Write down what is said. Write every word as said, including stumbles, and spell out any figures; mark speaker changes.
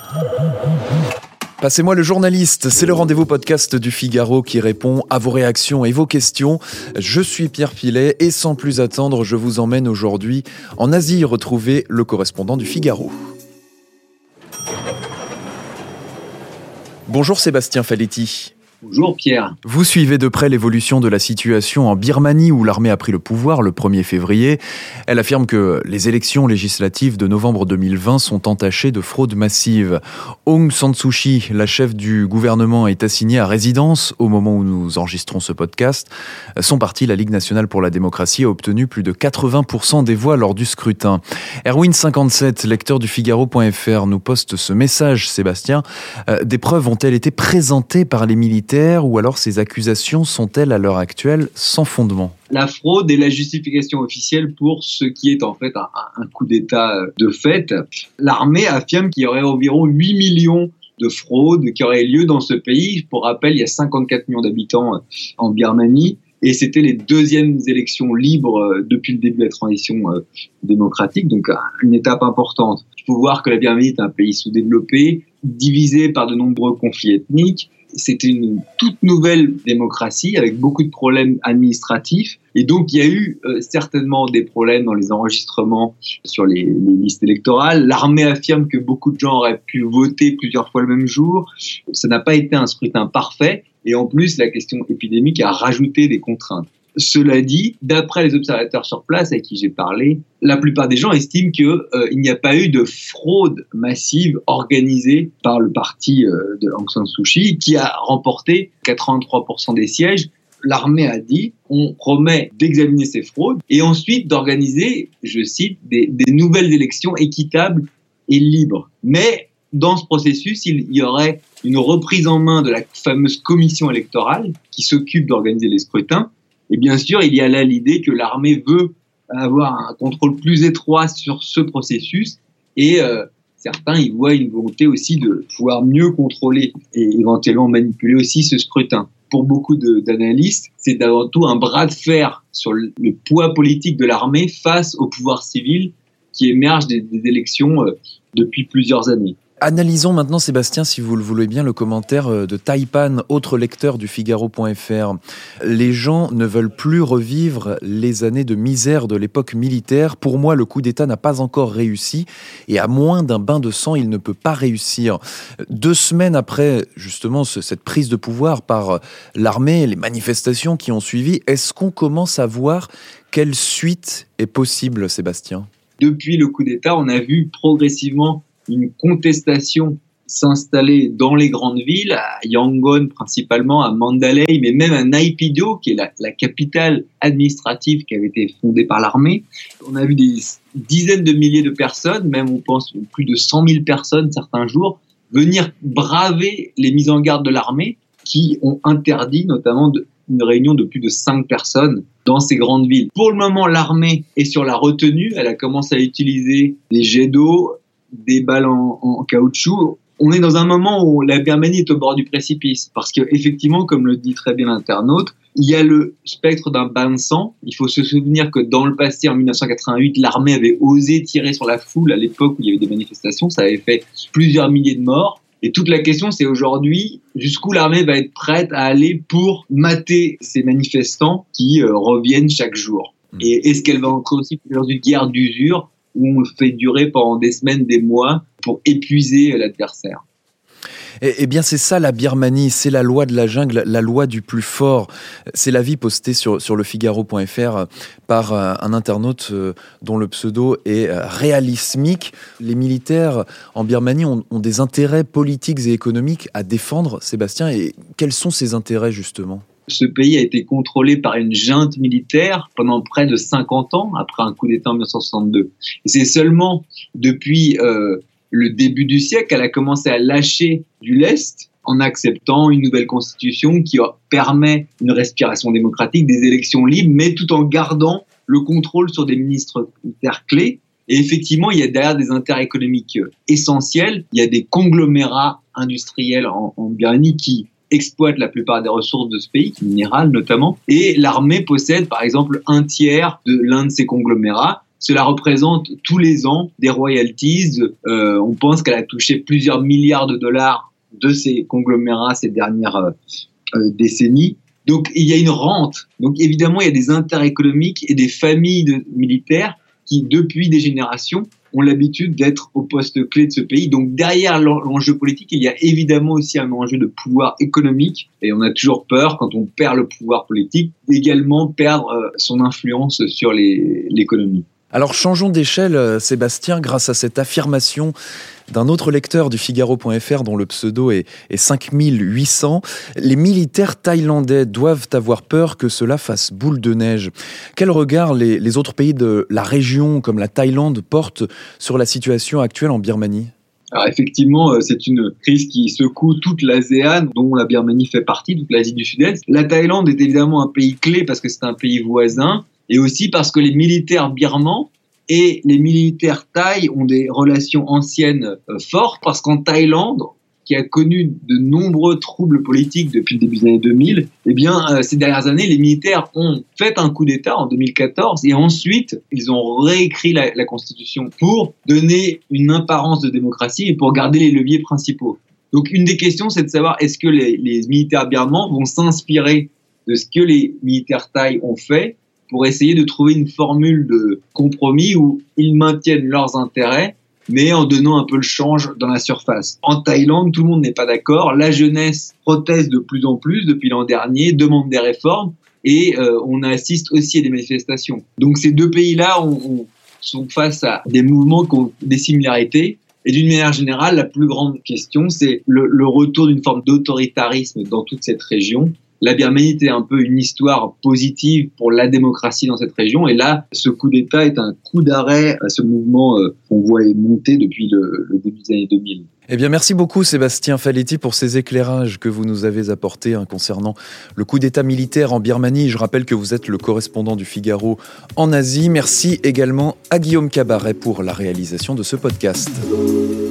Speaker 1: Passez-moi le journaliste, c'est le rendez-vous podcast du Figaro qui répond à vos réactions et vos questions. Je suis Pierre Pilet et sans plus attendre, je vous emmène aujourd'hui en Asie retrouver le correspondant du Figaro. Bonjour Sébastien Faletti.
Speaker 2: Bonjour Pierre.
Speaker 1: Vous suivez de près l'évolution de la situation en Birmanie où l'armée a pris le pouvoir le premier février. Elle affirme que les élections législatives de novembre deux mille vingt sont entachées de fraude massive. Aung San Suu Kyi, la chef du gouvernement, est assignée à résidence au moment où nous enregistrons ce podcast. Son parti, la Ligue nationale pour la démocratie, a obtenu plus de quatre-vingts pour cent des voix lors du scrutin. Erwin cinquante-sept, lecteur du Figaro point F R, nous poste ce message, Sébastien. Euh, des preuves ont-elles été présentées par les militaires ou alors ces accusations sont-elles à l'heure actuelle sans fondement ?
Speaker 2: La fraude est la justification officielle pour ce qui est en fait un, un coup d'État de fait. L'armée affirme qu'il y aurait environ huit millions de fraudes qui auraient lieu dans ce pays. Pour rappel, il y a cinquante-quatre millions d'habitants en Birmanie et c'était les deuxièmes élections libres depuis le début de la transition démocratique, donc une étape importante. Il faut voir que la Birmanie est un pays sous-développé, divisé par de nombreux conflits ethniques. C'était une toute nouvelle démocratie avec beaucoup de problèmes administratifs. Et donc, il y a eu euh, certainement des problèmes dans les enregistrements sur les, les listes électorales. L'armée affirme que beaucoup de gens auraient pu voter plusieurs fois le même jour. Ça n'a pas été un scrutin parfait. Et en plus, la question épidémique a rajouté des contraintes. Cela dit, d'après les observateurs sur place avec qui j'ai parlé, la plupart des gens estiment qu'il euh, n'y a pas eu de fraude massive organisée par le parti euh, de Aung San Suu Kyi qui a remporté quatre-vingt-trois pour cent des sièges. L'armée a dit on promet d'examiner ces fraudes et ensuite d'organiser, je cite, des, des nouvelles élections équitables et libres. Mais dans ce processus, il y aurait une reprise en main de la fameuse commission électorale qui s'occupe d'organiser les scrutins. Et bien sûr, il y a là l'idée que l'armée veut avoir un contrôle plus étroit sur ce processus et euh, certains y voient une volonté aussi de pouvoir mieux contrôler et éventuellement manipuler aussi ce scrutin. Pour beaucoup de, d'analystes, c'est avant tout un bras de fer sur le, le poids politique de l'armée face au pouvoir civil qui émerge des, des élections euh, depuis plusieurs années.
Speaker 1: Analysons maintenant, Sébastien, si vous le voulez bien, le commentaire de Taipan, autre lecteur du Figaro point F R. Les gens ne veulent plus revivre les années de misère de l'époque militaire. Pour moi, le coup d'État n'a pas encore réussi et à moins d'un bain de sang, il ne peut pas réussir. Deux semaines après, justement, cette prise de pouvoir par l'armée, les manifestations qui ont suivi, est-ce qu'on commence à voir quelle suite est possible, Sébastien ?
Speaker 2: Depuis le coup d'État, on a vu progressivement une contestation s'installer dans les grandes villes, à Yangon principalement, à Mandalay, mais même à Naypyidaw, qui est la, la capitale administrative qui avait été fondée par l'armée. On a vu des dizaines de milliers de personnes, même on pense plus de cent mille personnes certains jours, venir braver les mises en garde de l'armée qui ont interdit notamment de, une réunion de plus de cinq personnes dans ces grandes villes. Pour le moment, l'armée est sur la retenue, elle a commencé à utiliser des jets d'eau, des balles en, en caoutchouc. On est dans un moment où la Birmanie est au bord du précipice parce que effectivement, comme le dit très bien l'internaute, il y a le spectre d'un bain de sang. Il faut se souvenir que dans le passé, en dix-neuf cent quatre-vingt-huit, l'armée avait osé tirer sur la foule à l'époque où il y avait des manifestations. Ça avait fait plusieurs milliers de morts. Et toute la question, c'est aujourd'hui, jusqu'où l'armée va être prête à aller pour mater ces manifestants qui euh, reviennent chaque jour. Et est-ce qu'elle va entrer aussi dans une guerre d'usure où on le fait durer pendant des semaines, des mois, pour épuiser l'adversaire.
Speaker 1: Eh, eh bien, c'est ça la Birmanie, c'est la loi de la jungle, la loi du plus fort. C'est l'avis posté sur, sur le Figaro point F R par un internaute dont le pseudo est réalismique. Les militaires en Birmanie ont, ont des intérêts politiques et économiques à défendre, Sébastien, et quels sont ces intérêts, justement ?
Speaker 2: Ce pays a été contrôlé par une junte militaire pendant près de cinquante ans, après un coup d'État en dix-neuf cent soixante-deux. Et c'est seulement depuis euh, le début du siècle qu'elle a commencé à lâcher du lest en acceptant une nouvelle constitution qui permet une respiration démocratique, des élections libres, mais tout en gardant le contrôle sur des ministres militaires clés. Et effectivement, il y a derrière des intérêts économiques essentiels. Il y a des conglomérats industriels en, en Birmanie qui exploite la plupart des ressources de ce pays, minérales notamment, et l'armée possède par exemple un tiers de l'un de ces conglomérats, cela représente tous les ans des royalties. Euh, on pense qu'elle a touché plusieurs milliards de dollars de ces conglomérats ces dernières euh, euh, décennies. Donc il y a une rente. Donc évidemment, il y a des intérêts économiques et des familles de militaires qui, depuis des générations, ont l'habitude d'être au poste clé de ce pays. Donc derrière l'enjeu politique, il y a évidemment aussi un enjeu de pouvoir économique. Et on a toujours peur, quand on perd le pouvoir politique, d'également perdre euh, son influence sur les, l'économie.
Speaker 1: Alors changeons d'échelle, Sébastien, grâce à cette affirmation d'un autre lecteur du Figaro point F R dont le pseudo est, est cinq mille huit cents. Les militaires thaïlandais doivent avoir peur que cela fasse boule de neige. Quel regard les, les autres pays de la région, comme la Thaïlande, portent sur la situation actuelle en Birmanie ?
Speaker 2: Alors effectivement, c'est une crise qui secoue toute l'ASEAN, dont la Birmanie fait partie, toute l'Asie du Sud-Est. La Thaïlande est évidemment un pays clé parce que c'est un pays voisin, et aussi parce que les militaires birmans et les militaires thaïs ont des relations anciennes euh, fortes, parce qu'en Thaïlande, qui a connu de nombreux troubles politiques depuis le début des années deux mille, eh bien, euh, ces dernières années, les militaires ont fait un coup d'État en deux mille quatorze, et ensuite, ils ont réécrit la, la Constitution pour donner une apparence de démocratie et pour garder les leviers principaux. Donc, une des questions, c'est de savoir est-ce que les, les militaires birmans vont s'inspirer de ce que les militaires thaïs ont fait pour essayer de trouver une formule de compromis où ils maintiennent leurs intérêts, mais en donnant un peu le change dans la surface. En Thaïlande, tout le monde n'est pas d'accord. La jeunesse proteste de plus en plus depuis l'an dernier, demande des réformes, et euh, on assiste aussi à des manifestations. Donc ces deux pays-là on, on, sont face à des mouvements qui ont des similarités. Et d'une manière générale, la plus grande question, c'est le, le retour d'une forme d'autoritarisme dans toute cette région. La Birmanie était un peu une histoire positive pour la démocratie dans cette région. Et là, ce coup d'État est un coup d'arrêt à ce mouvement euh, qu'on voit monter depuis le, le début des années deux mille.
Speaker 1: Eh bien, merci beaucoup Sébastien Faletti pour ces éclairages que vous nous avez apportés hein, concernant le coup d'État militaire en Birmanie. Je rappelle que vous êtes le correspondant du Figaro en Asie. Merci également à Guillaume Cabaret pour la réalisation de ce podcast.